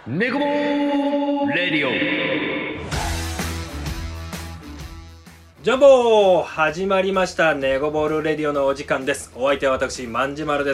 ネコボレディオ。ジャンボ始まりました。ネゴボールレディオのお時間です。お相手は私万事丸です。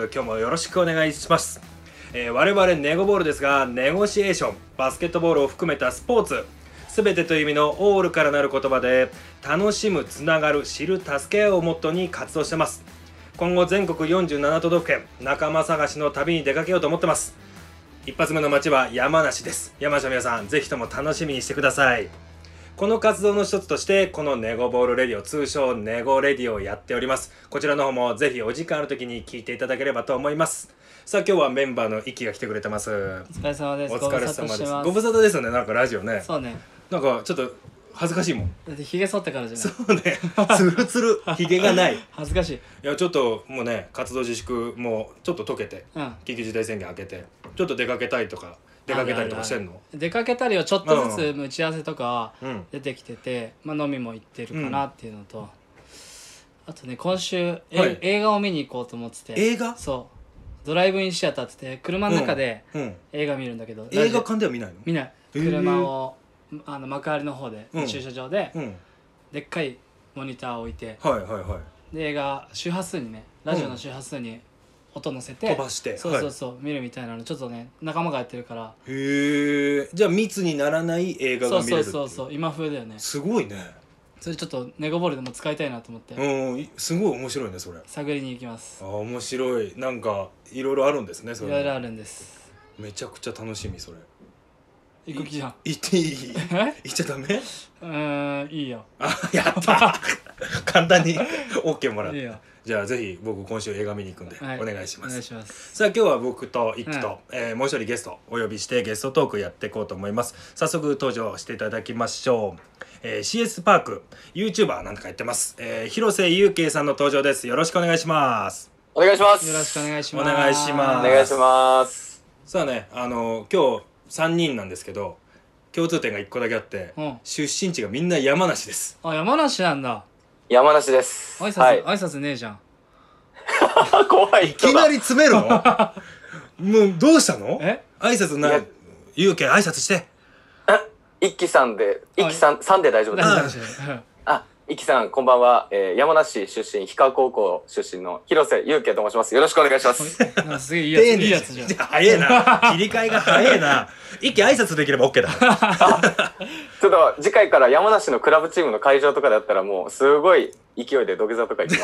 今日もよろしくお願いします。我々ネゴボールですが、ネゴシエーション、バスケットボールを含めたスポーツ全てという意味のオールからなる言葉で、楽しむ、つながる、知る、助け合うをモットーに活動してます。今後全国47都道府県仲間探しの旅に出かけようと思ってます。一発目の街は山梨です。山梨の皆さん、ぜひとも楽しみにしてください。この活動の一つとして、このネゴボールレディオ、通称ネゴレディオをやっております。こちらの方もぜひお時間ある時に聞いていただければと思います。さあ、今日はメンバーのイキが来てくれてます。お疲れ様です。 疲れ様です。ご無沙汰ですよね、なんかラジオね。 そうね。 なんかちょっと恥ずかしいもん。 だってヒゲ剃ってからじゃない。 そうね、ツルツル、ヒゲがない。 恥ずかしい。 いや、ちょっともうね、活動自粛もちょっと解けて、緊急事態宣言明けて、ちょっと出かけたいとか。出かけたりとかしてんの？ 出かけたりはちょっとずつ打ち合わせとか出てきてて、まあ飲みも行ってるかなっていうのと、あとね、今週、映画を見に行こうと思ってて。 映画？ そう、ドライブインシアターって言って車の中で映画見るんだけど、 映画館では見ないの？ 見ない。車を幕張の方で、駐車場ででっかいモニターを置いて、で映画周波数にね、ラジオの周波数に音乗せて飛ばして、 そう見るみたいなのちょっとね、仲間がやってるから。 へえ。じゃあ密にならない映画が見れるっていう。 そう今風だよね。 すごいね。 それちょっとネゴボールでも使いたいなと思って、 すごい面白いね、それ。 探りに行きます。 面白い。なんかいろいろあるんですね、それ。 いろいろあるんです。 めちゃくちゃ楽しみ、それ。 行く気じゃん。 行っていい？行っちゃダメ？ いいよ。 やった簡単に OK もらった。 いいよ。 じゃあぜひ僕今週映画見に行くんでお願いします。 お願いします。 さあ、今日は僕と一輝と、もう一人ゲストお呼びしてゲストトークやっていこうと思います。早速登場していただきましょう。CS パーク YouTuber なんとかやってます、広瀬優慶さんの登場です。よろしくお願いします。 お願いします。 よろしくお願いします。 お願いします。 お願いします。 さあね、今日3人なんですけど、共通点が1個だけあって、出身地がみんな山梨です。 あ、山梨なんだ。 山梨です。 挨拶ねえじゃん。 怖い。 いきなり詰めるの？もうどうしたの？挨拶な、ゆうけ挨拶して。 一輝さんで、さんで大丈夫です。一輝さん、こんばんは。山梨出身、氷川高校出身の広瀬優慶と申します。よろしくお願いします。 すげえいいやつじゃん。 早いな。切り替えが早いな。一気挨拶できれば OK だ。 ちょっと次回から山梨のクラブチームの会場とかだったらもうすごい勢いで土下座とか行きます。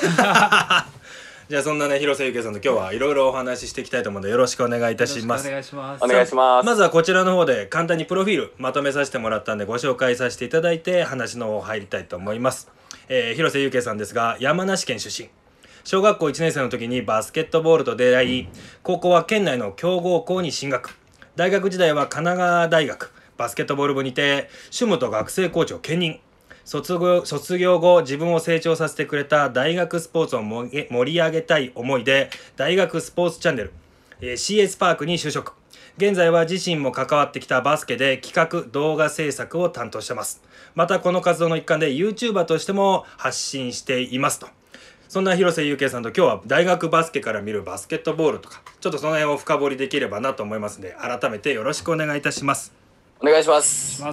じゃあそんなね、広瀬優慶さんと今日はいろいろお話ししていきたいと思うので、よろしくお願いいたします。 お願いします。 お願いします。 まずはこちらの方で簡単にプロフィールまとめさせてもらったんで、ご紹介させていただいて話の方入りたいと思います。広瀬優慶さんですが、山梨県出身。小学校1年生の時にバスケットボールと出会い、高校は県内の強豪校に進学。大学時代は神奈川大学バスケットボール部にて主務と学生コーチを兼任。卒業後、自分を成長させてくれた大学スポーツを盛り上げたい思いで大学スポーツチャンネル、CS パークに就職。現在は自身も関わってきたバスケで企画動画制作を担当してます。またこの活動の一環で YouTuber としても発信していますと。そんな広瀬優慶さんと今日は大学バスケから見るバスケットボールとか、ちょっとその辺を深掘りできればなと思いますので、改めてよろしくお願いいたします。 お願いします。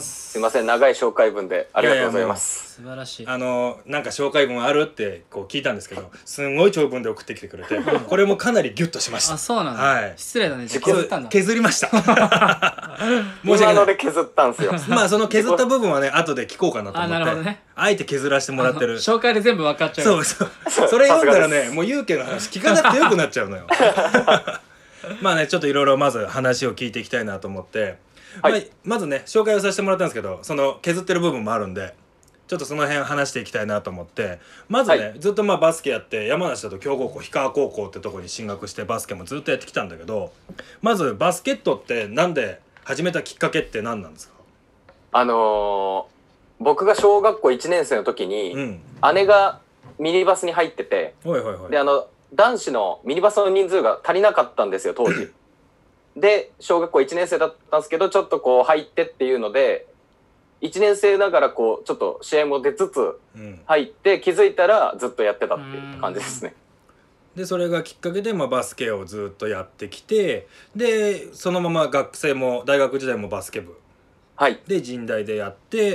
すいません、長い紹介文でありがとうございます。 素晴らしい。 なんか紹介文あるってこう聞いたんですけど、すんごい長文で送ってきてくれて、これもかなりギュッとしました。 あ、そうなんだ。 はい。 失礼だね。削ったんだ。 削りました。 今ので削ったんですよ。 まあその削った部分はね、後で聞こうかなと思って。 なるほどね。 あえて削らせてもらってる。 紹介で全部分かっちゃう。 そう。それ読んだらね、もう優慶の話聞かなくてよくなっちゃうのよ。まあね、ちょっといろいろまず話を聞いていきたいなと思って。まずね、紹介をさせてもらったんですけど、その削ってる部分もあるんで、ちょっとその辺話していきたいなと思って、まずね、ずっとまあバスケやって、山梨だと強豪校氷川高校ってとこに進学してバスケもずっとやってきたんだけど、まずバスケットってなんで始めたきっかけって何なんですか？ 僕が小学校1年生の時に、姉がミニバスに入ってて、で男子のミニバスの人数が足りなかったんですよ、当時。で小学校1年生だったんですけど、ちょっとこう入ってっていうので1年生ながらこうちょっと試合も出つつ入って、気づいたらずっとやってたっていう感じですね。 でそれがきっかけで、バスケをずっとやってきて、でそのまま学生も大学時代もバスケ部、 はい、 で神大でやって、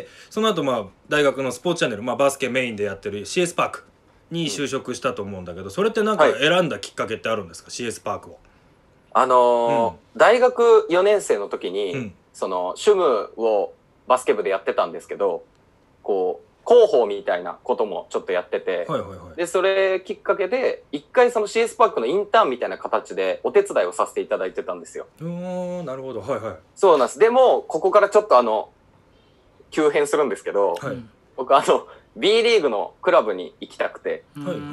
その後大学のスポーツチャンネル、バスケメインでやってる CS パークに就職したと思うんだけど、それってなんか選んだきっかけってあるんですか、CS パークを。 大学4年生の時に、その主務をバスケ部でやってたんですけど、こう広報みたいなこともちょっとやってて、でそれきっかけで一回その CS パークのインターンみたいな形でお手伝いをさせていただいてたんですよ。 なるほど、はいはい。 そうなんです。でもここからちょっと急変するんですけど、僕B リーグのクラブに行きたくて、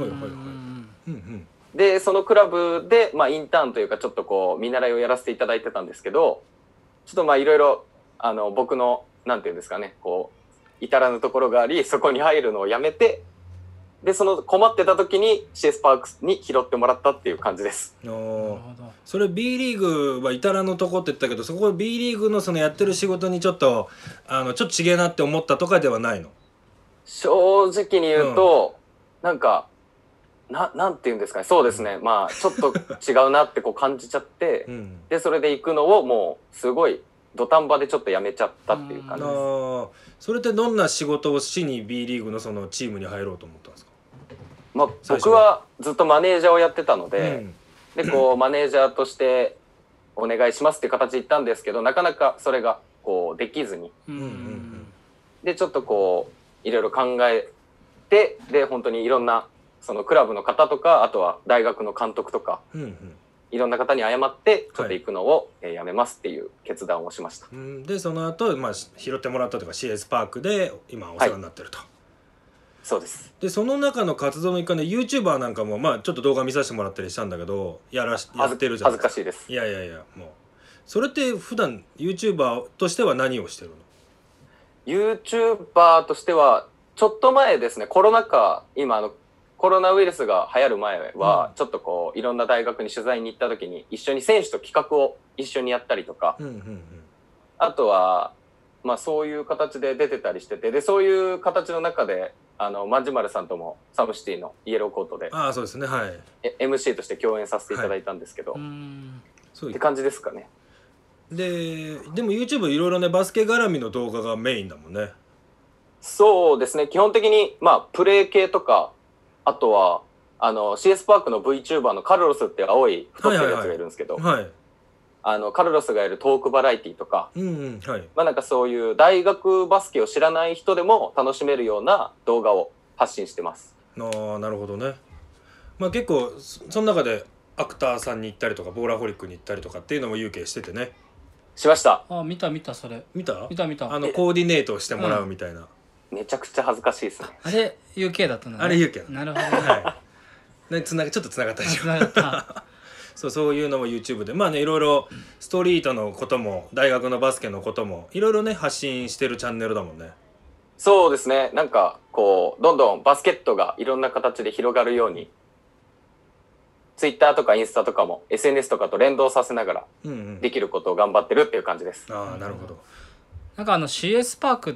でそのクラブで、インターンというかちょっとこう見習いをやらせていただいてたんですけど、ちょっといろいろ僕のなんていうんですかね、こう至らぬところがあり、そこに入るのをやめて、でその困ってた時に CS パークに拾ってもらったっていう感じです。 それ B リーグは至らぬとこって言ったけど、そこ B リーグのそのやってる仕事にちょっとちげえなって思ったとかではないの？ 正直に言うと、なんかなんていうんですかね、そうですね、ちょっと違うなってこう感じちゃって、でそれで行くのをもうすごい土壇場でちょっとやめちゃったっていう感じです。 それってどんな仕事をしに B リーグのそのチームに入ろうと思ったんですか？ 僕はずっとマネージャーをやってたので、でこうマネージャーとしてお願いしますっていう形で行ったんですけど、なかなかそれがこうできずに、でちょっとこういろいろ考えて、で本当にいろんなそのクラブの方とか、あとは大学の監督とか、いろんな方に謝ってちょっと行くのをやめますっていう決断をしました。 でその後、拾ってもらったというか CS パークで今お世話になってると。 そうです。 でその中の活動の一環で YouTuber なんかもちょっと動画見させてもらったりしたんだけど、やってるじゃないですか。 恥ずかしいです。 いやもうそれって普段 YouTuber としては何をしてるの？ YouTuber としてはちょっと前ですね、コロナ禍、今コロナウイルスが流行る前は、ちょっとこういろんな大学に取材に行った時に一緒に選手と企画を一緒にやったりとか、あとはそういう形で出てたりしてて、でそういう形の中でまんじまるさんともサムシティのイエローコートでそうですね、はい、 MC として共演させていただいたんですけど、って感じですかね。 でも YouTube いろいろね、バスケ絡みの動画がメインだもんね。 そうですね、基本的にプレー系とか、あとはCS パークの VTuber のカルロスって青い太ってるやつがいるんですけど、カルロスがやるトークバラエティとか、なんかそういう大学バスケを知らない人でも楽しめるような動画を発信してます。 なるほどね。結構その中でアクターさんに行ったりとかボーラホリックに行ったりとかっていうのも UK しててね。 しました。 見たそれ。 見たコーディネートをしてもらうみたいな、 めちゃくちゃ恥ずかしいですね。 あれ UK だったんだね。 あれ UK なるほどね。 ちょっとつながったでしょ。そういうのも YouTube でいろいろストリートのことも大学のバスケのこともいろいろね発信してるチャンネルだもんね。 そうですね、なんかこうどんどんバスケットがいろんな形で広がるように Twitter とかインスタとかも SNS とかと連動させながらできることを頑張ってるっていう感じです。 なるほど。 なんかCS パークって、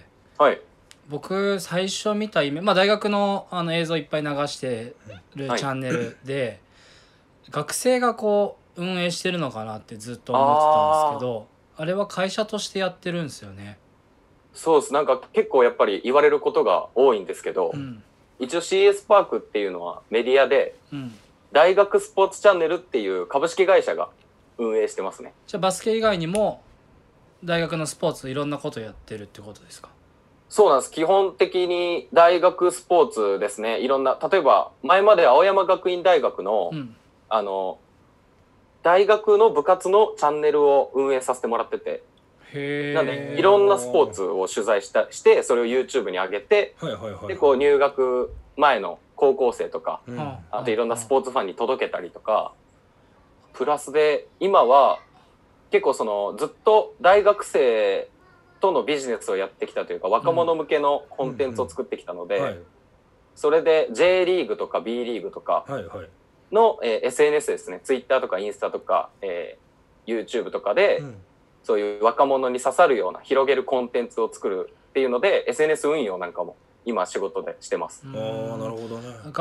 僕最初見た大学の映像いっぱい流してるチャンネルで、学生がこう運営してるのかなってずっと思ってたんですけど、あれは会社としてやってるんですよね。 そうです。なんか結構やっぱり言われることが多いんですけど、一応 CS パークっていうのはメディアで、大学スポーツチャンネルっていう株式会社が運営してますね。 じゃあバスケ以外にも大学のスポーツいろんなことやってるってことですか？ そうなんです。基本的に大学スポーツですね。いろんな、例えば前まで青山学院大学の、大学の部活のチャンネルを運営させてもらってて、なんでいろんなスポーツを取材してそれを YouTube に上げて、でこう入学前の高校生とか、あといろんなスポーツファンに届けたりとか、プラスで今は結構そのずっと大学生とのビジネスをやってきたというか、若者向けのコンテンツを作ってきたので、それで J リーグとか B リーグとかの、SNS ですね、Twitter とかインスタとか、YouTube とかで、そういう若者に刺さるような広げるコンテンツを作るっていうので SNS 運用なんかも今仕事でしてます。 なるほどね。 なんか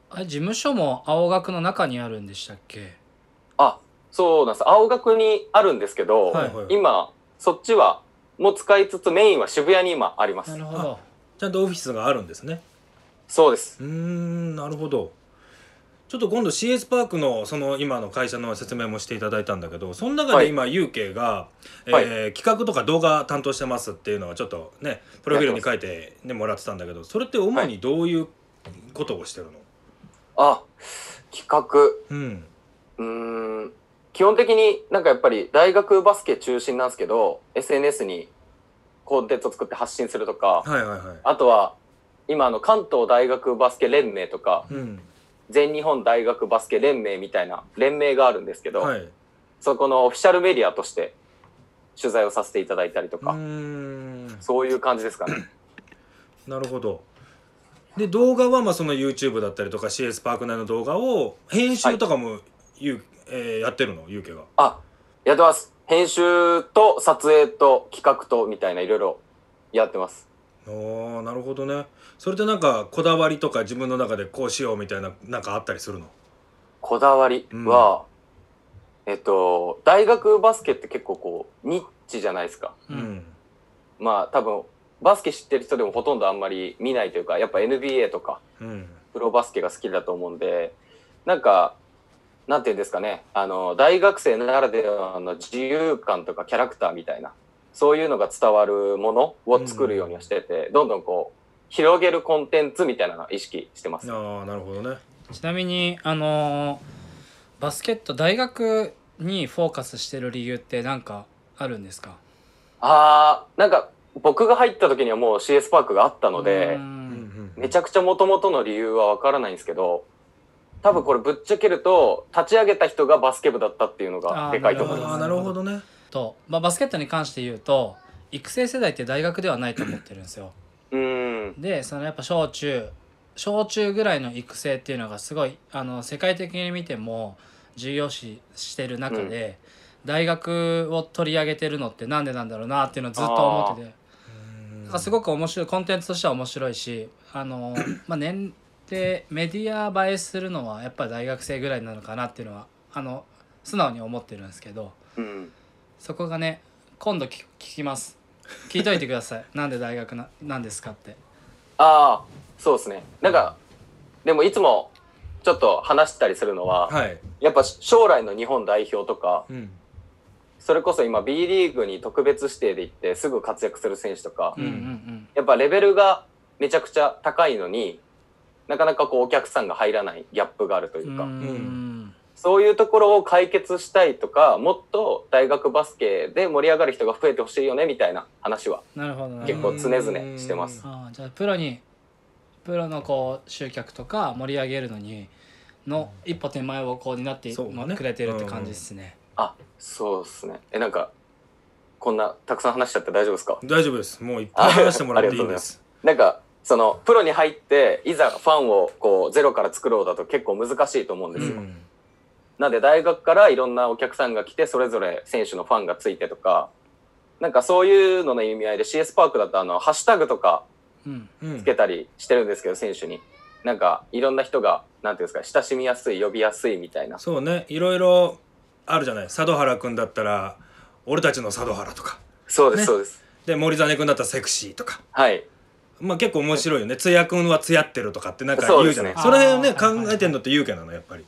事務所も青学の中にあるんでしたっけ？ あ、そうなんです。青学にあるんですけど、はいはい、今そっちはも使いつつメインは渋谷に今あります。 なるほど。 ちゃんとオフィスがあるんですね。 そうです。 なるほど。ちょっと今度 CS パークのその今の会社の説明もしていただいたんだけど、その中で今 UK が、企画とか動画担当してますっていうのはちょっとねプロフィールに書いて、ね、もらってたんだけど、それって主にどういうことをしてるの？ 企画、基本的になんかやっぱり大学バスケ中心なんですけど SNS にコンテンツを作って発信するとか、あとは今関東大学バスケ連盟とか、全日本大学バスケ連盟みたいな連盟があるんですけど、そこのオフィシャルメディアとして取材をさせていただいたりとか、そういう感じですかね。 なるほど。で動画はまあその YouTube だったりとか CS パーク内の動画を編集とかもやってるの？ゆうけが。 やってます。編集と撮影と企画とみたいないろいろやってます。 なるほどね。それでなんかこだわりとか自分の中でこうしようみたいななんかあったりするの？ こだわりは、大学バスケって結構こうニッチじゃないですか。まあ多分バスケ知ってる人でもほとんどあんまり見ないというか、やっぱ NBA とか、プロバスケが好きだと思うんで、なんかなんていうんですかね、大学生ならではの自由感とかキャラクターみたいなそういうのが伝わるものを作るようにはしてて、どんどんこう広げるコンテンツみたいなのを意識してます。 なるほどね。 ちなみにバスケット大学にフォーカスしてる理由って何かあるんですか？ なんか僕が入った時にはもう CS パークがあったので、めちゃくちゃ元々の理由は分からないんですけど、多分これぶっちゃけると立ち上げた人がバスケ部だったっていうのがでかいと思います。 なるほどね。 バスケットに関して言うと育成世代って大学ではないと思ってるんですよ。でそのやっぱ小中ぐらいの育成っていうのがすごい世界的に見ても重要視してる中で、大学を取り上げてるのってなんでなんだろうなっていうのをずっと思ってて、だからすごく面白いコンテンツとしては面白いし、年齢メディア映えするのはやっぱり大学生ぐらいなのかなっていうのは素直に思ってるんですけど、そこがね今度聞きます。聞いといてください。なんで大学なんですかって。 そうですね。なんかでもいつもちょっと話したりするのは、やっぱ将来の日本代表とか、それこそ今 B リーグに特別指定で行ってすぐ活躍する選手とか、やっぱレベルがめちゃくちゃ高いのになかなかこうお客さんが入らないギャップがあるというか、そういうところを解決したいとか、もっと大学バスケで盛り上がる人が増えてほしいよねみたいな話は結構常々してます。 じゃあプロのこう集客とか盛り上げるのにの一歩手前をこう担ってくれてるって感じですね。 そうですね。なんかこんなたくさん話しちゃって大丈夫ですか？ 大丈夫です。もういっぱい話してもらっていいんです。 なんかそのプロに入っていざファンをこうゼロから作ろうだと結構難しいと思うんですよ。なんで大学からいろんなお客さんが来てそれぞれ選手のファンがついてとか、なんかそういうのの意味合いで CS パークだとハッシュタグとかつけたりしてるんですけど、選手になんかいろんな人がなんていうんですか、親しみやすい呼びやすいみたいな。 そうね、いろいろあるじゃない。佐渡原くんだったら俺たちの佐渡原とか。 そうです、そうです。 で森実くんだったらセクシーとか。まあ結構面白いよね。つやくんはつやってるとかってなんか言うじゃない。それをね考えてんのって言うけどなやっぱり。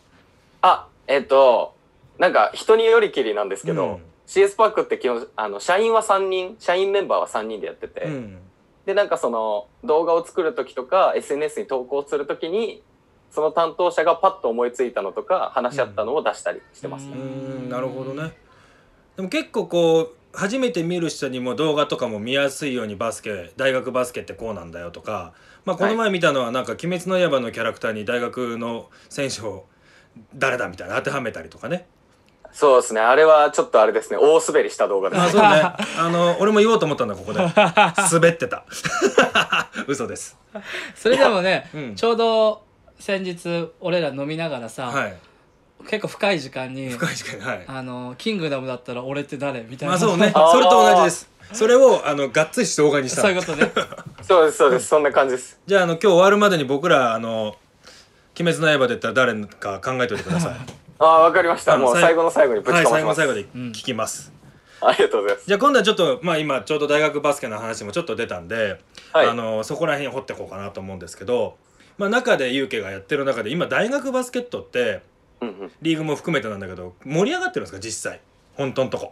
なんか人によりきりなんですけど、CS パークって基本社員は3人、社員メンバーは3人でやってて、でなんかその動画を作る時とか SNS に投稿する時にその担当者がパッと思いついたのとか話し合ったのを出したりしてますね。 なるほどね。でも結構こう初めて見る人にも動画とかも見やすいように大学バスケってこうなんだよとか、この前見たのはなんか「鬼滅の刃」のキャラクターに大学の選手を誰だみたいな当てはめたりとかね。 そうですね、あれはちょっとあれですね、大滑りした動画ですね。 そうね、俺も言おうと思ったんだここで滑ってた嘘です。 それでもね、ちょうど先日俺ら飲みながらさ、結構深い時間にキングダムだったら俺って誰みたいな。 そうね、それと同じです。それをがっつりして動画にした。 そういうことね。 そうですそうです、そんな感じです。 じゃあ今日終わるまでに僕ら鬼鬼滅の刃で言ったら誰か考えておいてください。 わかりました。もう最後の最後にぶちかまします。 最後の最後で聞きます。 ありがとうございます。 じゃあ今度はちょっと今ちょうど大学バスケの話もちょっと出たんで、そこら辺掘っていこうかなと思うんですけど、中でユウケがやってる中で今大学バスケットって、リーグも含めてなんだけど盛り上がってるんですか実際本当のとこ。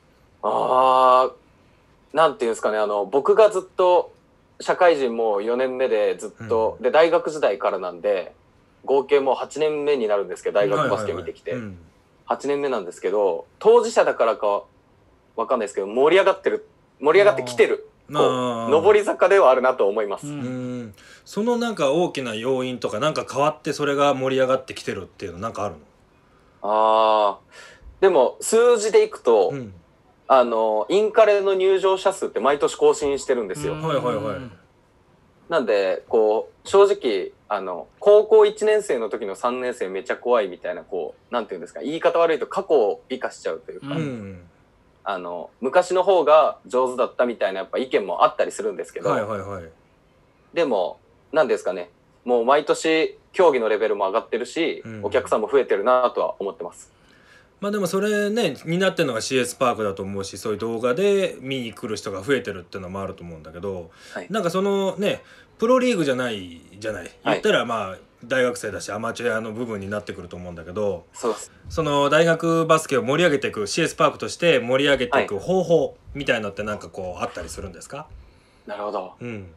なんていうんですかね、僕がずっと社会人もう4年目でずっと、で大学時代からなんで合計もう8年目になるんですけど、大学バスケ見てきて、8年目なんですけど、当事者だからかわかんないですけど盛り上がってきてる、上り坂ではあるなと思います。 そのなんか大きな要因とかなんか変わってそれが盛り上がってきてるっていうのなんかあるの？でも数字でいくと、インカレの入場者数って毎年更新してるんですよ。なんで正直高校1年生の時の3年生めっちゃ怖いみたいななんていうんですか、言い方悪いと過去を美化しちゃうというか、昔の方が上手だったみたいなやっぱ意見もあったりするんですけど、でも何ですかね、もう毎年競技のレベルも上がってるし、お客さんも増えてるなとは思ってます。 でもそれね担ってるのが CS パークだと思うし、そういう動画で見に来る人が増えてるっていうのもあると思うんだけど、なんかそのねプロリーグじゃない言ったら大学生だしアマチュアの部分になってくると思うんだけど、その大学バスケを盛り上げていく CS パークとして盛り上げていく方法みたいなのってなんかあったりするんですか？ なるほど。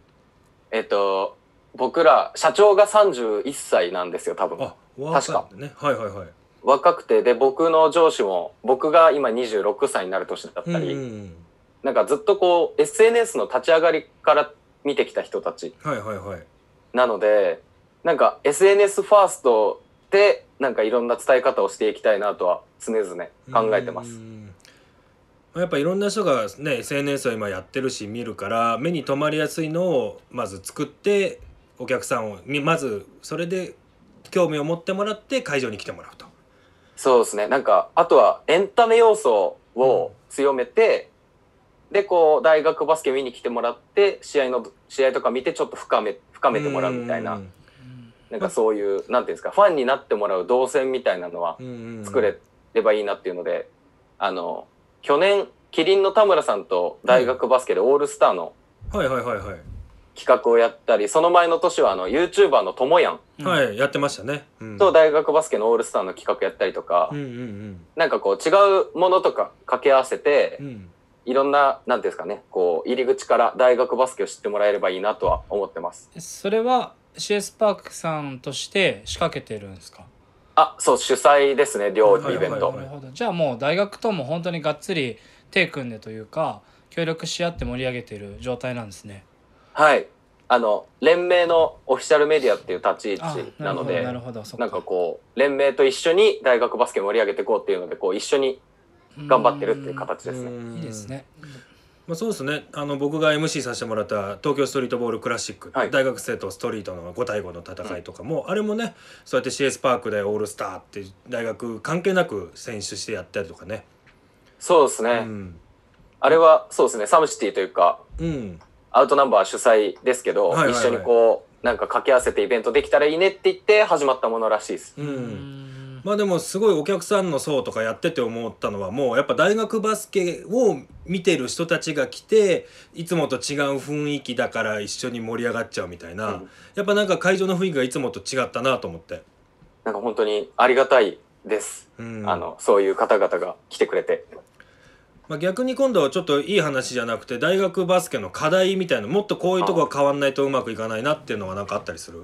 僕ら社長が31歳なんですよ多分。確かね。若くて、で僕の上司も僕が今26歳になる年だったり、なんかずっとSNS の立ち上がりから見てきた人たちなので、なんか SNS ファーストでなんかいろんな伝え方をしていきたいなとは常々考えてます。 やっぱいろんな人がね SNS を今やってるし見るから目に留まりやすいのをまず作ってお客さんをまずそれで興味を持ってもらって会場に来てもらうと。 そうですね。なんかあとはエンタメ要素を強めて、で大学バスケ見に来てもらって試合とか見てちょっと深めてもらうみたいな、なんかそういうなんていうんですか、ファンになってもらう動線みたいなのは作れればいいなっていうので、去年キリンの田村さんと大学バスケでオールスターの企画をやったり、その前の年はYouTuber のともやん、 やってましたね、 と大学バスケのオールスターの企画やったりとか、なんか違うものとか掛け合わせて、いろんななんていうんですかね、入り口から大学バスケを知ってもらえればいいなとは思ってます。 それは CS パークさんとして仕掛けてるんですか？ そう、主催ですね、両イベント。 なるほど。じゃあもう大学とも本当にがっつり手組んでというか協力し合って盛り上げている状態なんですね。 はい、連盟のオフィシャルメディアっていう立ち位置なので、なんか連盟と一緒に大学バスケ盛り上げていこうっていうので一緒に頑張ってるっていう形ですね。 いいですね。 そうですね。僕が MC させてもらった東京ストリートボールクラシック、大学生とストリートの5対5の戦いとかも、あれもねそうやって CS パークでオールスターって大学関係なく選出してやったりとかね。 そうですね、あれはそうですね、サムシティというか、アウトナンバー主催ですけど、一緒になんか掛け合わせてイベントできたらいいねって言って始まったものらしいです。 でもすごいお客さんの層とかやってて思ったのは、もうやっぱ大学バスケを見てる人たちが来ていつもと違う雰囲気だから一緒に盛り上がっちゃうみたいな、やっぱなんか会場の雰囲気がいつもと違ったなと思って、 なんか本当にありがたいです、そういう方々が来てくれて。 逆に今度はちょっといい話じゃなくて大学バスケの課題みたいな、もっとこういうとこが変わんないとうまくいかないなっていうのは何かあったりする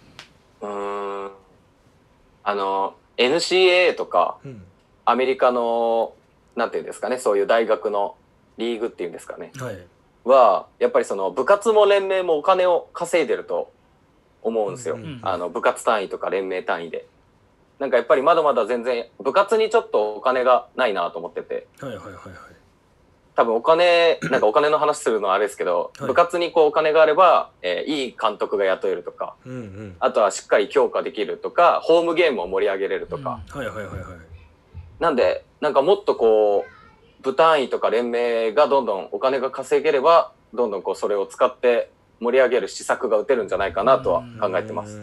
？NCAA とか、アメリカのなんていうんですかね、そういう大学のリーグっていうんですかね、はやっぱりその部活も連盟もお金を稼いでると思うんですよ、部活単位とか連盟単位で。なんかやっぱりまだまだ全然部活にちょっとお金がないなと思ってて、多分お金の話するのはあれですけど、部活にお金があれば、いい監督が雇えるとか、あとはしっかり強化できるとか、ホームゲームを盛り上げれるとか、なんでなんかもっと部単位とか連盟がどんどんお金が稼げればどんどんそれを使って盛り上げる施策が打てるんじゃないかなとは考えてます。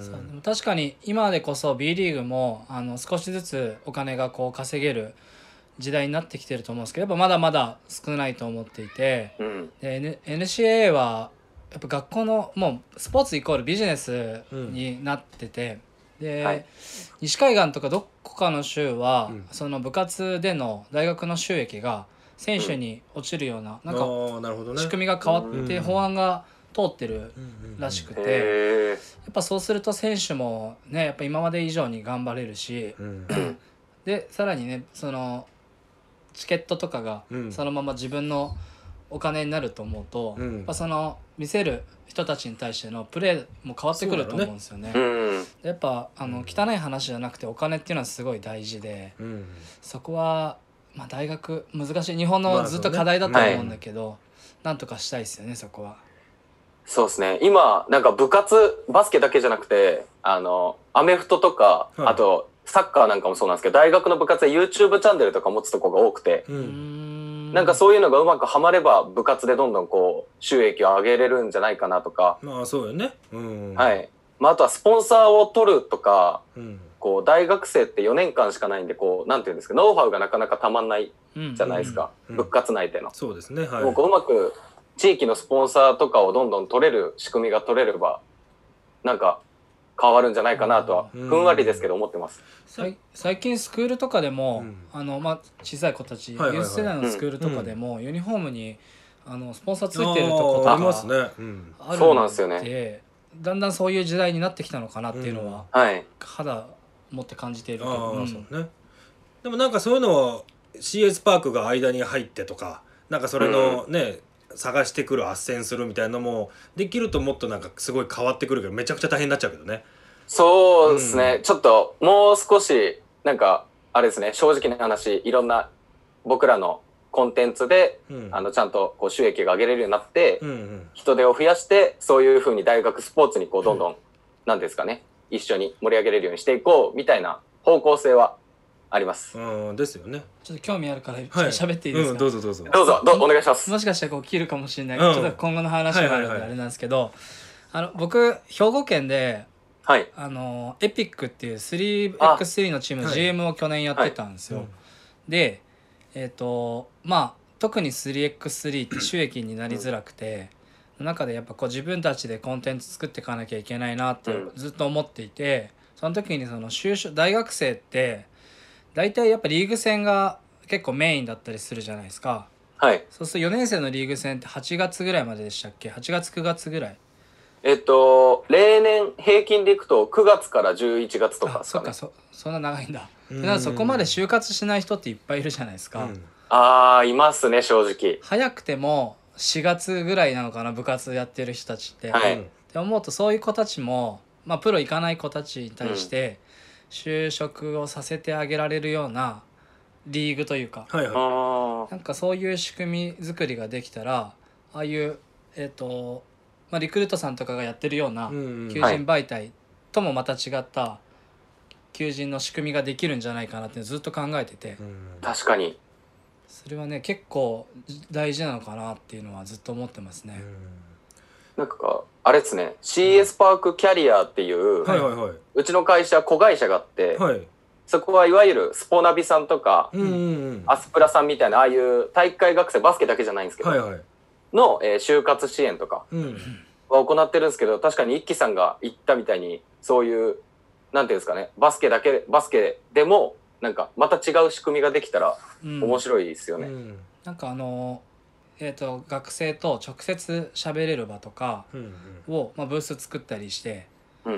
確かに今でこそ B リーグも少しずつお金がこう稼げる時代になってきてると思うんですけど、やっぱまだまだ少ないと思っていて、で、NCAA はやっぱ学校のもうスポーツイコールビジネスになってて、で、西海岸とかどこかの州は、その部活での大学の収益が選手に落ちるような、なんか仕組みが変わって法案が通ってるらしくて、やっぱそうすると選手もねやっぱ今まで以上に頑張れるし、でさらにねそのチケットとかがそのまま自分のお金になると思うと、やっぱその見せる人たちに対してのプレーも変わってくると思うんですよね。やっぱ汚い話じゃなくてお金っていうのはすごい大事で、そこはまあ大学難しい、日本のずっと課題だと思うんだけど、なんとかしたいですよねそこは。 そうですね。今なんか部活バスケだけじゃなくてアメフトとか、あとサッカーなんかもそうなんですけど、大学の部活で YouTube チャンネルとか持つとこが多くて、なんかそういうのがうまくはまれば部活でどんどんこう収益を上げれるんじゃないかなとか。 まあそうよね。 はい。まああとはスポンサーを取るとか、こう大学生って4年間しかないんで、こうなんていうんですか、ノウハウがなかなかたまんないじゃないですか、部活内での。 そうですね。はい。 もうこううまく地域のスポンサーとかをどんどん取れる仕組みが取れれば、なんか変わるんじゃないかなとはふんわりですけど思ってます。 最近スクールとかでも、まあ、小さい子たち、ユース世代のスクールとかでも、ユニフォームにスポンサーついてるとことかあるので、だんだんそういう時代になってきたのかなっていうのは、肌持って感じているけど、 でもなんかそういうのを CS パークが間に入ってとか、なんかそれのね、探してくる斡旋するみたいなのもできるともっとなんかすごい変わってくるけど、めちゃくちゃ大変になっちゃうけどね。 そうですね、ちょっともう少しなんかあれですね、正直な話、いろんな僕らのコンテンツで、ちゃんとこう収益が上げれるようになって、人手を増やしてそういう風に大学スポーツにこうどんどん、なんですかね、一緒に盛り上げれるようにしていこうみたいな方向性はあります。 ですよね。 ちょっと興味あるから喋っていいですか？ どうぞどうぞ。 どうぞお願いします。 もしかしたらこう切るかもしれない、ちょっと今後の話があるんであれなんですけど、僕兵庫県でエピックっていう 3x3 のチーム GM を去年やってたんですよ。でまあ特に 3x3 って収益になりづらくて、中でやっぱこう自分たちでコンテンツ作っていかなきゃいけないなってずっと思っていて、その時にその大学生って大体やっぱリーグ戦が結構メインだったりするじゃないですか。そうすると4年生のリーグ戦って8月ぐらいまででしたっけ？8月9月ぐらい。 例年平均でいくと9月から11月とかですかね。 そんな長いんだ。だからそこまで就活しない人っていっぱいいるじゃないですか。 いますね、正直。 早くても4月ぐらいなのかな、部活やってる人たちって。って思うと、そういう子たちも、まあ、プロ行かない子たちに対して就職をさせてあげられるようなリーグというか、なんかそういう仕組み作りができたら、ああいうまあ、リクルートさんとかがやってるような求人媒体ともまた違った求人の仕組みができるんじゃないかなってずっと考えてて、 確かにそれはね結構大事なのかなっていうのはずっと思ってますね。 なんかあれですね、 CS パークキャリアっていう、うちの会社子会社があって、そこはいわゆるスポナビさんとか、アスプラさんみたいな、ああいう体育会学生、バスケだけじゃないんですけど、の、就活支援とかは行ってるんですけど、確かに一輝さんが言ったみたいに、そういうなんていうんですかね、バスケでもなんかまた違う仕組みができたら面白いですよね。 なんか学生と直接喋れる場とかを、まあ、ブース作ったりして、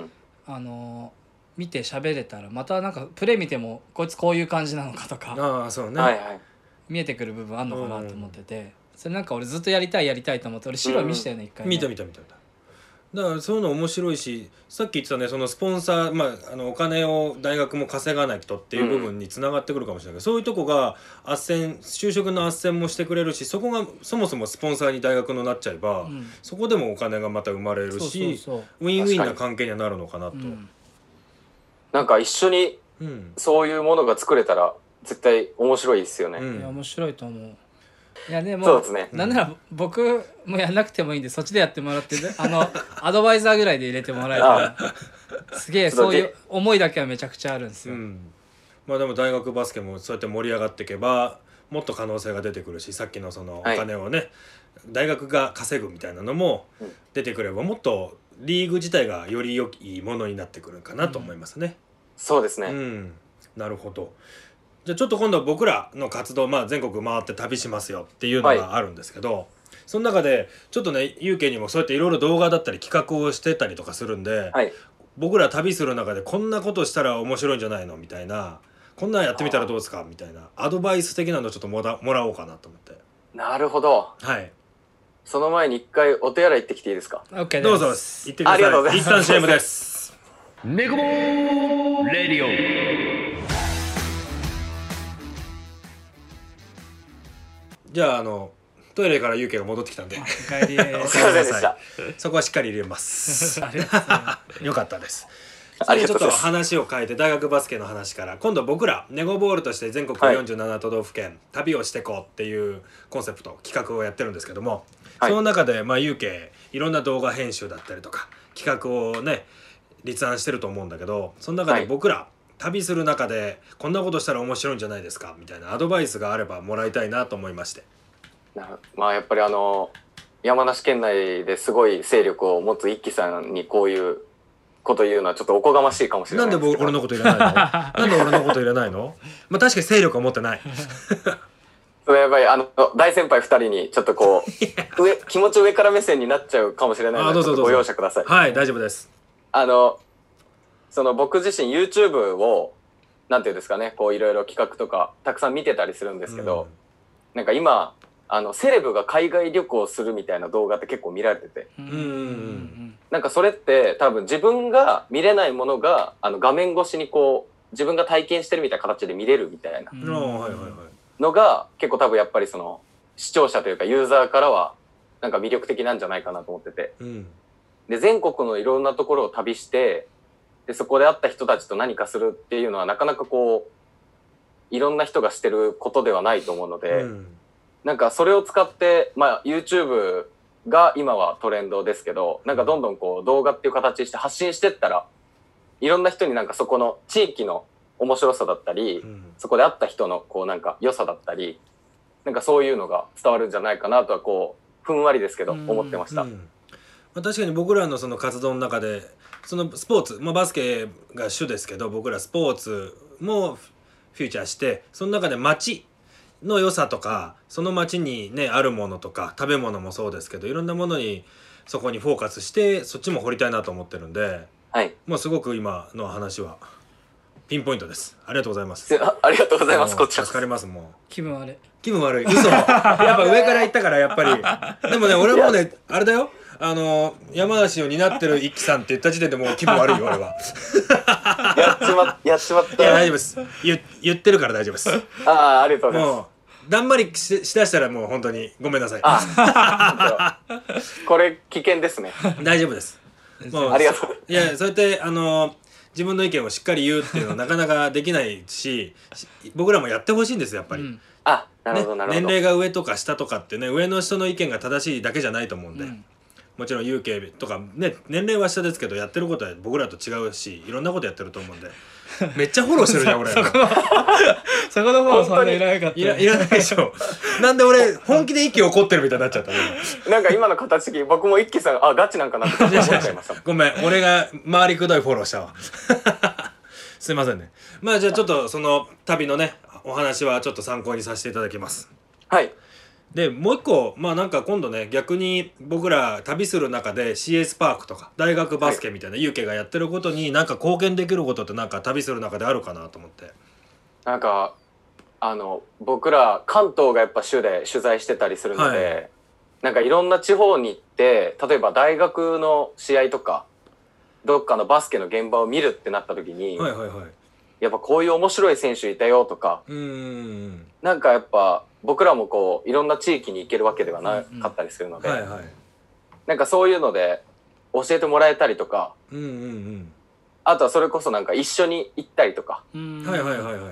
見て喋れたら、またなんかプレイ見てもこいつこういう感じなのかとか、見えてくる部分あんのかなと思ってて、それなんか俺ずっとやりたいと思って、俺資料見したよね、一回ね。 見ただからそういうの面白いし、さっき言ってたね、そのスポンサー、お金を大学も稼がないとっていう部分につながってくるかもしれないけど、そういうとこが就職の斡旋もしてくれるし、そこがそもそもスポンサーに大学のなっちゃえば、そこでもお金がまた生まれるし、ウィンウィンな関係にはなるのかなと。 なんか一緒にそういうものが作れたら絶対面白いですよね。 面白いと思う。 いやね、もそうですね。 なんなら僕もやんなくてもいいんで、そっちでやってもらってアドバイザーぐらいで入れてもらえたらすげえそういう思いだけはめちゃくちゃあるんですよ。 まあでも大学バスケもそうやって盛り上がっていけばもっと可能性が出てくるし、さっきのそのお金をね、大学が稼ぐみたいなのも出てくれば、もっとリーグ自体がより良いものになってくるかなと思いますね。 そうですね。 なるほど。じゃあちょっと今度僕らの活動、全国回って旅しますよっていうのがあるんですけど、その中でちょっとね、ゆうけいにもそうやっていろいろ動画だったり企画をしてたりとかするんで、僕ら旅する中でこんなことしたら面白いんじゃないのみたいな、こんなんやってみたらどうですかみたいなアドバイス的なのをちょっともらおうかなと思って。 なるほど。 はい。 その前に一回お手洗い行ってきていいですか？ OK です。 どうぞ行ってください。 ありがとうございます。 一旦 CM です。 ネコボレディオ。 じゃあトイレからゆうけいが戻ってきたんで、 お帰り。 お疲れ様でした。 そこはしっかり入れます。 ありがとうございます。 よかったです。ちょっと話を変えて大学バスケの話から、今度僕らネゴボールとして全国47都道府県旅をしていこうっていうコンセプト企画をやってるんですけども、その中でゆうけいいろんな動画編集だったりとか企画をね立案してると思うんだけど、その中で僕ら旅する中でこんなことしたら面白いんじゃないですかみたいなアドバイスがあればもらいたいなと思いまして。 やっぱり山梨県内ですごい勢力を持つ一輝さんにこういうこと言うのはちょっとおこがましいかもしれないですけど。 なんで俺のこと入れないの？なんで俺のこと入れないの？確かに勢力は持ってない。 やっぱり大先輩2人にちょっとこう気持ち上から目線になっちゃうかもしれないので、ちょっとご容赦ください。 はい、大丈夫です。 その僕自身 YouTube をなんていうんですかね、こういろいろ企画とかたくさん見てたりするんですけど、なんか今セレブが海外旅行するみたいな動画って結構見られてて、なんかそれって多分自分が見れないものが画面越しにこう自分が体験してるみたいな形で見れるみたいなのが結構多分やっぱりその視聴者というかユーザーからはなんか魅力的なんじゃないかなと思ってて、で全国のいろんなところを旅して、でそこで会った人たちと何かするっていうのはなかなかこういろんな人がしてることではないと思うので、なんかそれを使って、YouTube が今はトレンドですけど、なんかどんどんこう動画っていう形にして発信してったら、いろんな人になんかそこの地域の面白さだったり、そこで会った人のこうなんか良さだったり、なんかそういうのが伝わるんじゃないかなとはこうふんわりですけど思ってました。 確かに僕らのその活動の中でそのスポーツ、バスケが主ですけど、僕らスポーツもフューチャーして、その中で街の良さとか、その街にねあるものとか食べ物もそうですけど、いろんなものにそこにフォーカスしてそっちも掘りたいなと思ってるんで、もうすごく今の話はピンポイントです。ありがとうございます。 ありがとうございます。こっちは助かります。もう気分悪い。 気分悪い。嘘。やっぱ上から言ったからやっぱり。でもね、俺もねあれだよ。山梨を担ってる一輝さんって言った時点でもう気分悪いよ俺は。 やっちまった。 いや大丈夫です。言ってるから大丈夫です。 ありがとうございます。 もうだんまりしだしたらもう本当にごめんなさい。 これ危険ですね。 大丈夫です。もうありがとう。 いやそうやって自分の意見をしっかり言うっていうのはなかなかできないし、僕らもやってほしいんですやっぱり。 なるほどなるほど。 年齢が上とか下とかってね、上の人の意見が正しいだけじゃないと思うんで。もちろん UK とかね、年齢は下ですけどやってることは僕らと違うし、いろんなことやってると思うんでめっちゃフォローしてるじゃん俺。 そこのフォローそんないらなかった。 いらないでしょ。なんで俺本気で一気怒ってるみたいになっちゃったね。 なんか今の形的に僕も一気さんガチなんかなって思っちゃいました。 ごめん、俺が回りくどいフォローしたわ。すいませんね。じゃあちょっとその旅のねお話はちょっと参考にさせていただきます。 はい。 でもう一個なんか今度ね、逆に僕ら旅する中で CS パークとか大学バスケみたいなユーケがやってることになんか貢献できることってなんか旅する中であるかなと思って。 なんか僕ら関東がやっぱ主で取材してたりするので、なんかいろんな地方に行って、例えば大学の試合とかどっかのバスケの現場を見るってなった時に、やっぱこういう面白い選手いたよとか、なんかやっぱ僕らもこういろんな地域に行けるわけではなかったりするので、なんかそういうので教えてもらえたりとか、あとはそれこそなんか一緒に行ったりとか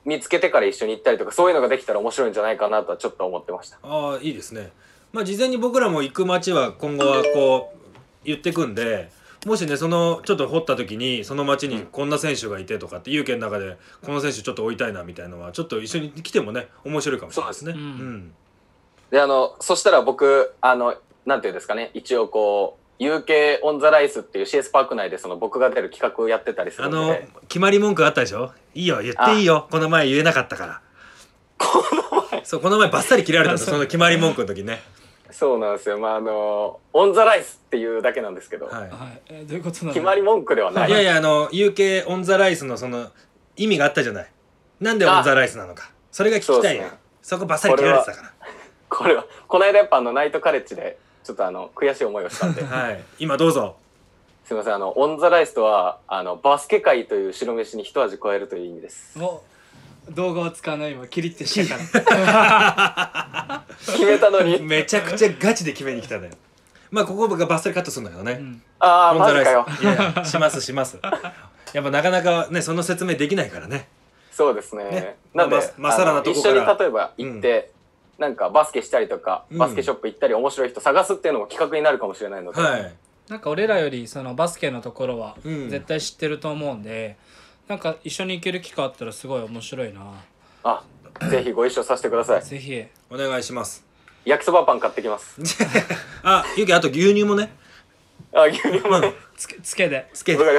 見つけてから一緒に行ったりとか、そういうのができたら面白いんじゃないかなとはちょっと思ってました。 ああ、いいですね。まあ事前に僕らも行く街は今後はこう言ってくんで、もしねそのちょっと掘った時にその街にこんな選手がいてとかって有権の中でこの選手ちょっと追いたいなみたいなのはちょっと一緒に来てもね面白いかもしれないですね。 でそしたら僕なんていうんですかね、一応こう UK オンザライスっていう CS パーク内でその僕が出る企画をやってたりするので、 決まり文句あったでしょ。いいよ言っていいよ、この前言えなかったから。この前バッサリ切られたんですその決まり文句の時ね。 そうなんですよ。まあオンザライスっていうだけなんですけど、 はい、どういうことなの？ 決まり文句ではない。 いやいやUK オンザライスのその意味があったじゃない。なんでオンザライスなのか、それが聞きたいよ。そこバッサリ切られてたから。これはこの間やっぱナイトカレッジでちょっと悔しい思いをしたんではい、今どうぞ。 すいません。オンザライスとはバスケ界という白飯に一味加えるという意味です。 動画を使わない今キリッてしたから決めたのにめちゃくちゃガチで決めに来たね。まあここがバッサリカットするんだけどね、 ああマジかよ。 いやしますやっぱなかなかねその説明できないからね。 そうですね。なんでまさらなとこから一緒に例えば行って、なんかバスケしたりとか、バスケショップ行ったり面白い人探すっていうのも企画になるかもしれないので、 なんか俺らよりそのバスケのところは絶対知ってると思うんで、なんか一緒に行ける機会あったらすごい面白いな。 あ、ぜひご一緒させてください。 ぜひお願いします。 焼きそばパン買ってきます。 あ、ゆきあと牛乳もね。 あ、牛乳もね。 つけで。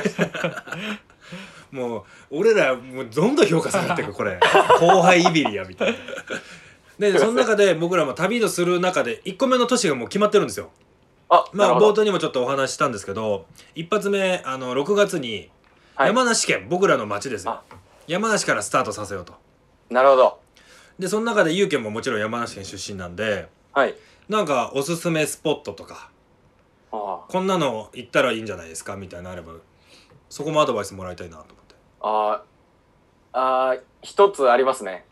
もう俺らもうどんどん評価下がってくこれ後輩イビリやみたいな。でその中で僕らも旅をする中で1個目の都市がもう決まってるんですよ。まあ冒頭にもちょっとお話ししたんですけど、一発目6月に山梨県、僕らの町ですよ。山梨からスタートさせようと。 なるほど。 でその中でゆうけんももちろん山梨県出身なんで、なんかおすすめスポットとかこんなの行ったらいいんじゃないですかみたいなのあれば、そこもアドバイスもらいたいなと思って。 一つありますね。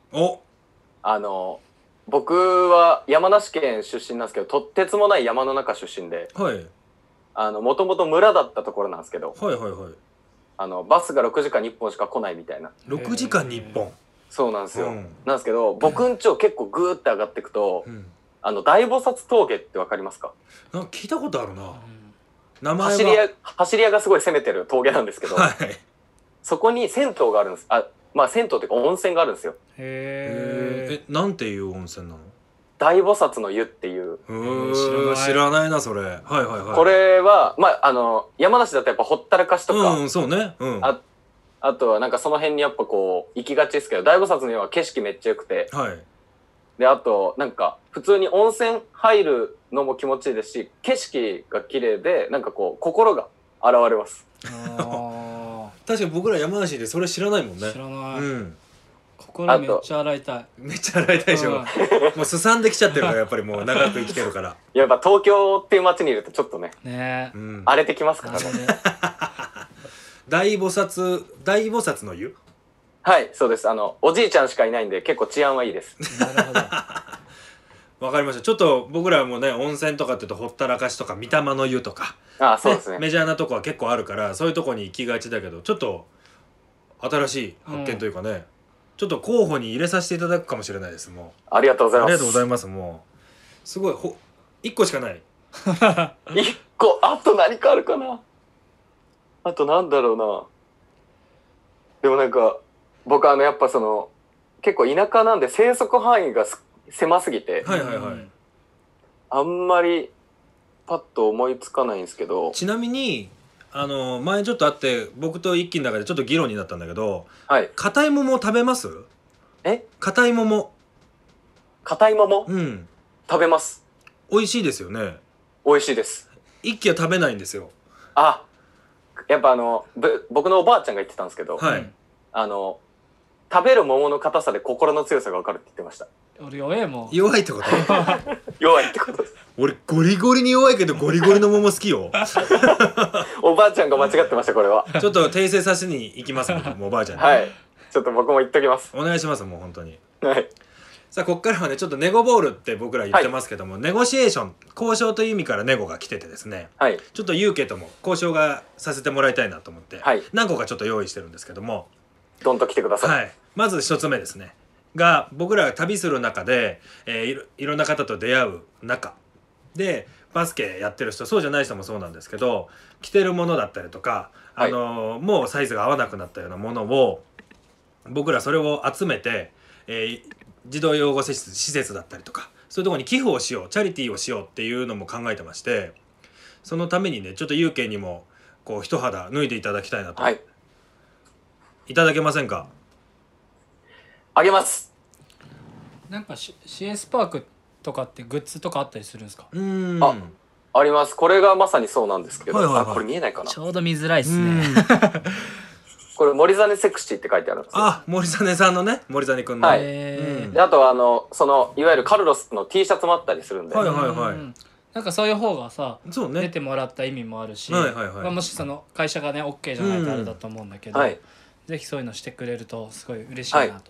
僕は山梨県出身なんですけど、とってつもない山の中出身で、もともと村だったところなんですけど、バスが6時間に1本しか来ないみたいな。 6時間に1本。 そうなんですよ。なんですけど僕んちを結構グーって上がっていくと、大菩薩峠ってわかりますか？ なんか聞いたことあるな。 名前は走り屋がすごい攻めてる峠なんですけど、そこに銭湯があるんです。まあ銭湯というか温泉があるんですよ。 なんていう温泉なの？ 大菩薩の湯っていう。 知らないなそれ。 これはまあ山梨だとやっぱほったらかしとか、 そうね。 あとはなんかその辺にやっぱこう行きがちですけど、大菩薩の湯は景色めっちゃ良くて、であとなんか普通に温泉入るのも気持ちいいですし、景色が綺麗でなんかこう心が現れます。 確かに僕ら山梨でそれ知らないもんね。 知らない。心めっちゃ洗いたい。 めっちゃ洗いたいでしょ。もうすさんできちゃってるからやっぱりもう長く生きてるから。 やっぱ東京っていう街にいるとちょっとね、荒れてきますからね。 大菩薩の湯？ はい、そうです。おじいちゃんしかいないんで結構治安はいいです。 なるほど。 わかりました。ちょっと僕らもね温泉とかっていうとほったらかしとか御霊の湯とか、 そうですね。 メジャーなとこは結構あるからそういうとこに行きがちだけど、ちょっと新しい発見というかね、ちょっと候補に入れさせていただくかもしれないです。もうありがとうございます。 ありがとうございます。もうすごい1個しかない。 1個。あと何かあるかな。あとなんだろうな。でもなんか僕やっぱその結構田舎なんで生息範囲が狭すぎて、あんまりパッと思いつかないんですけど。 ちなみに前ちょっと会って僕と一輝の中でちょっと議論になったんだけど、硬い桃食べます？硬い桃。 硬い桃？食べます。 美味しいですよね。 美味しいです。 一輝は食べないんですよ。 やっぱ僕のおばあちゃんが言ってたんですけど、食べる桃の硬さで心の強さが分かるって言ってました。 俺弱いもん。 弱いってこと？ 弱いってことです。 俺ゴリゴリに弱いけどゴリゴリの桃好きよ。 おばあちゃんが間違ってました。これはちょっと訂正させに行きますもん、おばあちゃんに。 ちょっと僕も言っときます。 お願いします。もう本当に。さあこっからはねちょっとネゴボールって僕ら言ってますけども、ネゴシエーション、交渉という意味からネゴが来ててですね、ちょっとユウケとも交渉がさせてもらいたいなと思って、何個かちょっと用意してるんですけども、 どんと来てください。 まず1つ目ですねが、僕らが旅する中で、いろんな方と出会う中でバスケやってる人、そうじゃない人もそうなんですけど、着てるものだったりとか、もうサイズが合わなくなったようなものを僕らそれを集めて、児童養護施設だったりとかそういうところに寄付をしよう、チャリティーをしようっていうのも考えてまして、そのためにねちょっと有形にもこう一肌脱いでいただきたいなと、いただけませんか？ あげます。 なんか、CS パークとかってグッズとかあったりするんですか？ あります。これがまさにそうなんですけど、これ見えないかな。 ちょうど見づらいですね。 これ森実セクシーって書いてあるんですよ。 森実さんのね、森実くんの。 であとはそのいわゆるカルロスの T シャツもあったりするんで。 なんかそういう方がさ、出てもらった意味もあるし、もしその会社がね OK じゃないとあれだと思うんだけど、ぜひそういうのしてくれるとすごい嬉しいなと。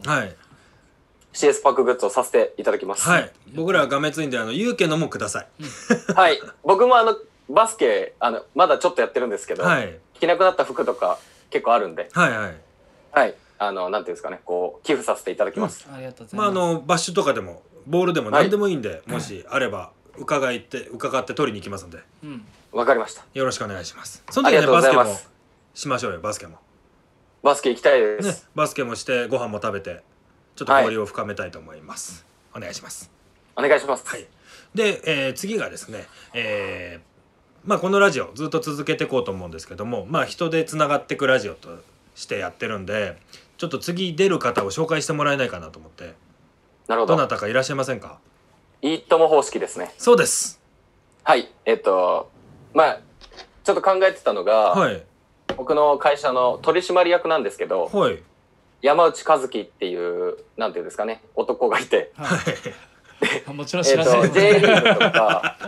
CS パークグッズをさせていただきます。 僕らはがめついんで有形のもください。 僕もバスケまだちょっとやってるんですけど、着なくなった服とか結構あるんで、なんていうんですかね、こう寄付させていただきます。 ありがとうございます。 バッシュとかでもボールでも何でもいいんで、もしあれば伺って取りに行きますんで。 わかりました。 よろしくお願いします。その時ねバスケもしましょうよ。バスケ行きたいです。 バスケもしてご飯も食べてちょっと交流を深めたいと思います。お願いします。 お願いします。 で、次がですね、このラジオずっと続けていこうと思うんですけども、人でつながっていくラジオとしてやってるんで、ちょっと次出る方を紹介してもらえないかなと思って。 なるほど。 どなたかいらっしゃいませんか？ いいとも方式ですね。 そうです。 ちょっと考えてたのが、僕の会社の取締役なんですけど、山内和樹っていうなんていうんですかね、男がいて、 もちろん知らない。 J リーグとか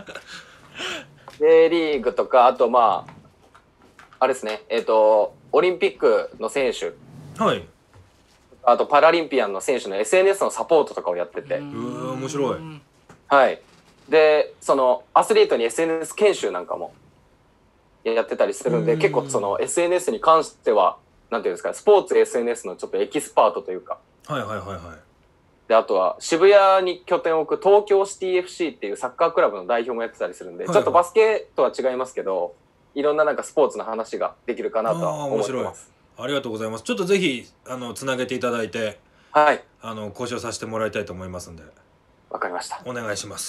J リーグとか、あとあれですね、オリンピックの選手、あとパラリンピアンの選手の SNS のサポートとかをやってて、 面白い。 でそのアスリートに SNS 研修なんかもやってたりするんで、結構その SNS に関してはなんていうんですか、スポーツ SNS のちょっとエキスパートというか。であとは渋谷に拠点を置く東京シティ FC っていうサッカークラブの代表もやってたりするんで、ちょっとバスケとは違いますけど、いろんななんかスポーツの話ができるかなとは思ってます。 ありがとうございます。ちょっとぜひつなげていただいて、交渉させてもらいたいと思いますんで。 わかりました。 お願いします。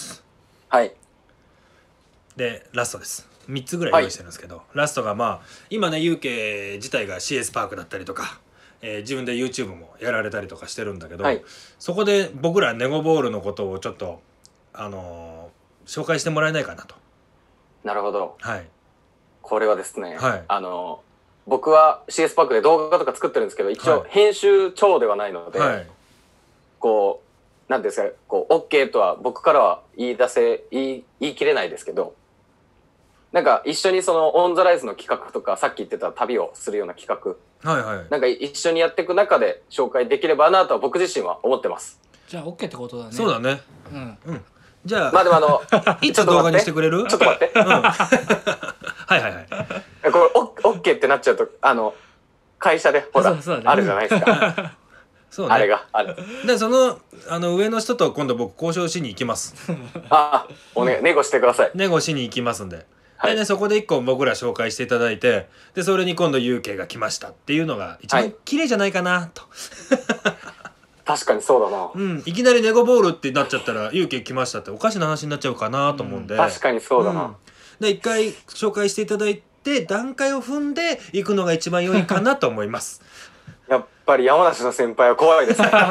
でラストです。3つぐらい用意してるんですけど、ラストが今ね有形自体が CS パークだったりとか、自分で YouTube もやられたりとかしてるんだけど、そこで僕らネゴボールのことをちょっと紹介してもらえないかなと。 なるほど。これはですね、僕は CS パークで動画とか作ってるんですけど、一応編集長ではないので、こうなんていうんですか、こう OK とは僕からは言い切れないですけど、なんか一緒にそのオンザライズの企画とか、さっき言ってた旅をするような企画、なんか一緒にやっていく中で紹介できればなとは僕自身は思ってます。 じゃあ OK ってことだね。 そうだね。じゃあでもいつ動画にしてくれる？ ちょっと待って。これ OK ってなっちゃうと会社でほらあるじゃないですか。あれがある。 でその上の人と今度僕交渉しに行きます。 お願い、ネゴしてください。 ネゴしに行きますんで。でね、そこで1個僕ら紹介していただいて、でそれに今度有形が来ましたっていうのが一番綺麗じゃないかなと。 確かにそうだな。 いきなりネゴボールってなっちゃったら有形来ましたっておかしな話になっちゃうかなと思うんで。 確かにそうだな。 で1回紹介していただいて段階を踏んでいくのが一番良いかなと思います。 やっぱり山梨の先輩は怖いですね。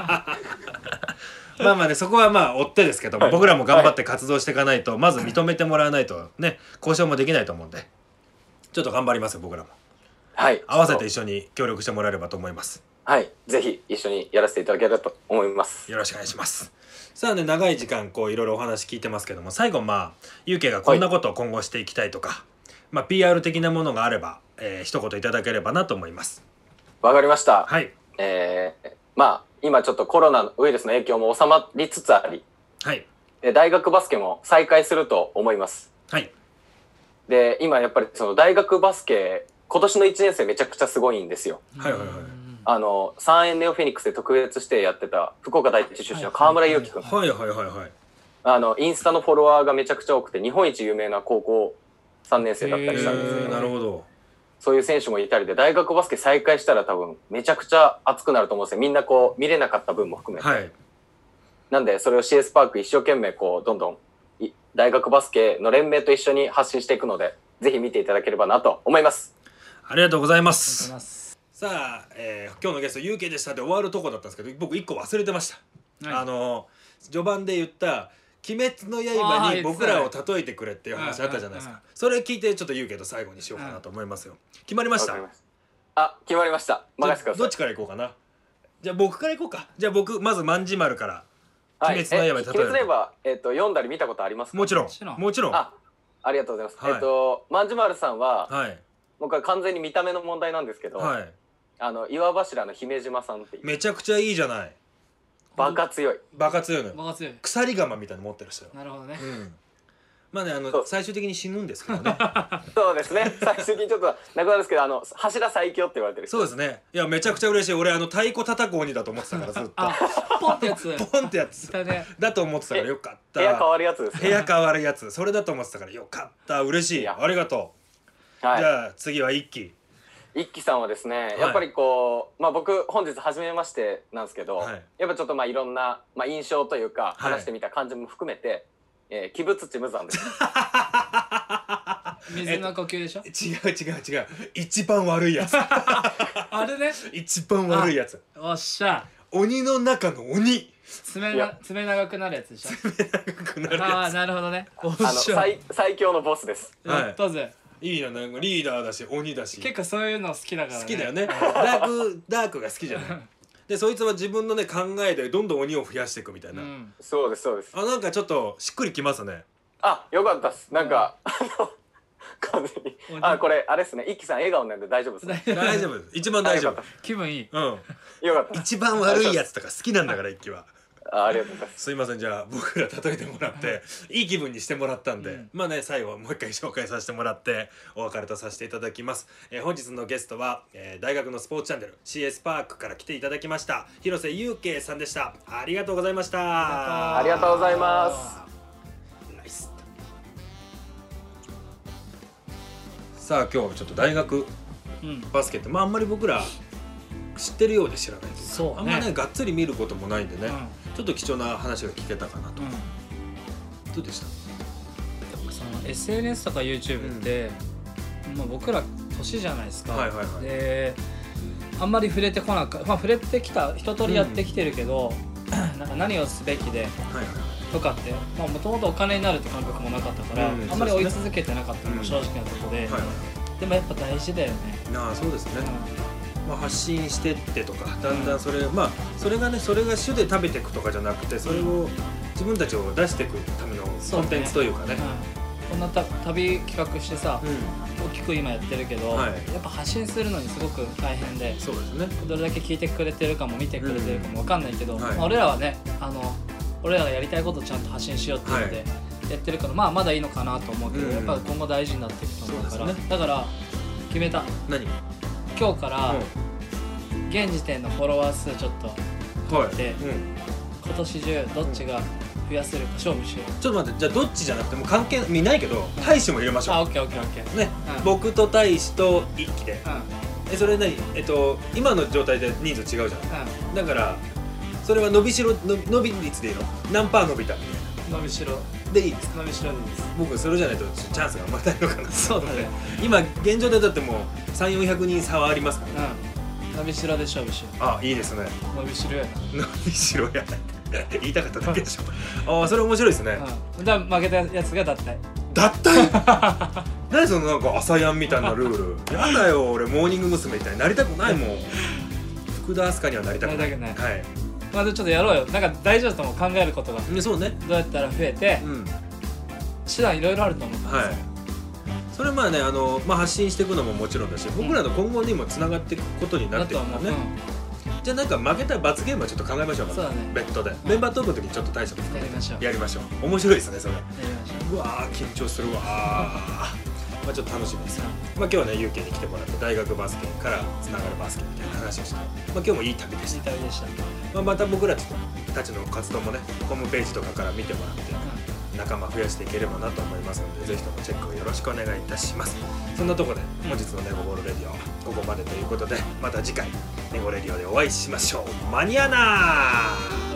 そこは追ってですけども、僕らも頑張って活動していかないと、まず認めてもらわないとね交渉もできないと思うんで、ちょっと頑張りますよ僕らも。合わせて一緒に協力してもらえればと思います。 ぜひ一緒にやらせていただければと思います。 よろしくお願いします。さあね、長い時間いろいろお話聞いてますけども、最後有形がこんなことを今後していきたいとか、PR 的なものがあれば、一言いただければなと思います。 わかりました。今ちょっとコロナウイルスの影響も収まりつつあり、大学バスケも再開すると思います。で今やっぱりその大学バスケ今年の1年生めちゃくちゃすごいんですよ。 3円ネオフェニックスで特別指定やってた福岡第一出身の川村祐希君。 はいはいはいはい。 インスタのフォロワーがめちゃくちゃ多くて、日本一有名な高校3年生だったりしたんですけど、 なるほど。 そういう選手もいたりで、大学バスケ再開したら多分めちゃくちゃ熱くなると思うんですよ。みんなこう見れなかった分も含めて。 はい。 なんでそれを CS パーク一生懸命こうどんどん大学バスケの連盟と一緒に発信していくので、ぜひ見ていただければなと思います。 ありがとうございます。さあ、今日のゲスト UK でしたで終わるとこだったんですけど、僕1個忘れてました。はい、序盤で言った鬼滅の刃に僕らを例えてくれっていう話あったじゃないですか。それ聞いてちょっと言うけど最後にしようかなと思いますよ。決まりました？ 決まりました。任せてください。 どっちからいこうかな。じゃあ僕からいこうか。じゃあ僕まず万事丸から鬼滅の刃に例える。 鬼滅の刃読んだり見たことありますか？ もちろん。 ありがとうございます。万事丸さんは、僕は完全に見た目の問題なんですけど、岩柱の姫島さんっていう。 めちゃくちゃいいじゃない。 バカ強い。 バカ強いのよ。鎖鎌みたいなの持ってる人よ。 なるほどね。 まあね、最終的に死ぬんですけどね。 そうですね。最終的にちょっとなくなるんですけど、柱最強って言われてる。 そうですね。いやめちゃくちゃ嬉しい。俺太鼓叩く鬼だと思ってたからずっと。 ポンってやつ。 ポンってやつ。だと思ってたからよかった。 部屋変わるやつです。 部屋変わるやつ。それだと思ってたからよかった。嬉しい。ありがとう。じゃあ次は一輝。 一輝さんはですね、やっぱりこう僕本日初めましてなんですけど、やっぱちょっといろんな印象というか話してみた感じも含めて。鬼舞土無惨です。 水の呼吸でしょ？ 違う一番悪いやつ。 あれね。 一番悪いやつ。 おっしゃ。 鬼の中の鬼。 爪長くなるやつでしょ？ 爪長くなるやつ。 ああなるほどね。 最強のボスです。 やったぜ。 いいな、なんかリーダーだし鬼だし。 結構そういうの好きだからね。 好きだよね。ダークが好きじゃない。でそいつは自分のね考えでどんどん鬼を増やしていくみたいな。 そうですそうです。 なんかちょっとしっくりきますね。 よかったっす。なんか完全にこれあれですね。一輝さん笑顔なんで大丈夫です。 大丈夫です。一番大丈夫。 気分いい。 よかった。 一番悪いやつとか好きなんだから一輝は。 ありがとうございます。 すいません、じゃあ僕ら例えてもらっていい気分にしてもらったんで、まあね最後もう一回紹介させてもらってお別れとさせていただきます。本日のゲストは、大学のスポーツチャンネル CS パークから来ていただきました広瀬優慶さんでした。ありがとうございました。 ありがとうございます。 ナイス。さあ今日ちょっと大学バスケって、あんまり僕ら知ってるようで知らないというか、 そうね、 あんまねがっつり見ることもないんでね、ちょっと貴重な話が聞けたかなと。どうでした？ その SNS とか YouTube って、僕ら年じゃないですか。であんまり触れてこなかった、触れてきた一通りやってきてるけど、なんか何をすべきでとかってもともとお金になるって感覚もなかったから、あんまり追い続けてなかったのも正直なところで、でもやっぱ大事だよね。 そうですね。発信してってとかだんだんそれそれがねそれが主で食べていくとかじゃなくて、それを自分たちを出していくためのコンテンツというかね。 こんな旅企画してさ、大きく今やってるけど、やっぱ発信するのにすごく大変で、 そうですね。 どれだけ聞いてくれてるかも見てくれてるかも分かんないけど、俺らはね俺らがやりたいことをちゃんと発信しようっていうのでやってるから、まだいいのかなと思うけど、やっぱ今後大事になっていくと思うから、だから決めた。 何？ 今日から現時点のフォロワー数ちょっと取って、今年中どっちが増やせるか勝負しよう。 ちょっと待って、じゃあどっちじゃなくても関係見ないけど大使も入れましょう。 オッケーオッケーオッケーね、僕と大使と一輝で、それ何今の状態で人数違うじゃん。だからそれは伸び率でいいの？何パー伸びたみたいな。 伸びしろでいいですか？ 伸びしろでいいです。 僕それじゃないとチャンスが生まれないのかな。 そうだね。 今現状でだってもう300-400人差はありますから。 伸びしろで勝負しよう。 いいですね。 伸びしろやな。 伸びしろや言いたかっただけでしょ。それ面白いですね。 だ負けたやつが脱退。 脱退？何そのなんか朝やんみたいなルール。やだよ、俺モーニング娘。みたいになりたくないもん。福田明日香にはなりたくない。はい。 ちょっとやろうよ。なんか大丈夫だと思う、考えることが。 そうね。 どうやったら増えて、手段いろいろあると思うんですよ。 それ発信していくのももちろんだし、僕らの今後にもつながっていくことになっていくからね。じゃあなんか負けたら罰ゲームはちょっと考えましょうか。別途でメンバートークの時にちょっと大したことやりましょう。面白いですねそれ。うわ緊張するわ。 まあ、ちょっと楽しみです、まあ、今日はね UK に来てもらって大学バスケからつながるバスケみたいな話をして、まあ、今日もいい旅でした。 いい旅でした。 まあ、また僕らたちの活動もねホームページとかから見てもらって仲間増やしていければなと思いますので、ぜひともチェックをよろしくお願いいたします。そんなところで本日のネゴボールレディオここまでということで、また次回ネゴレディオでお会いしましょう。マニアナー。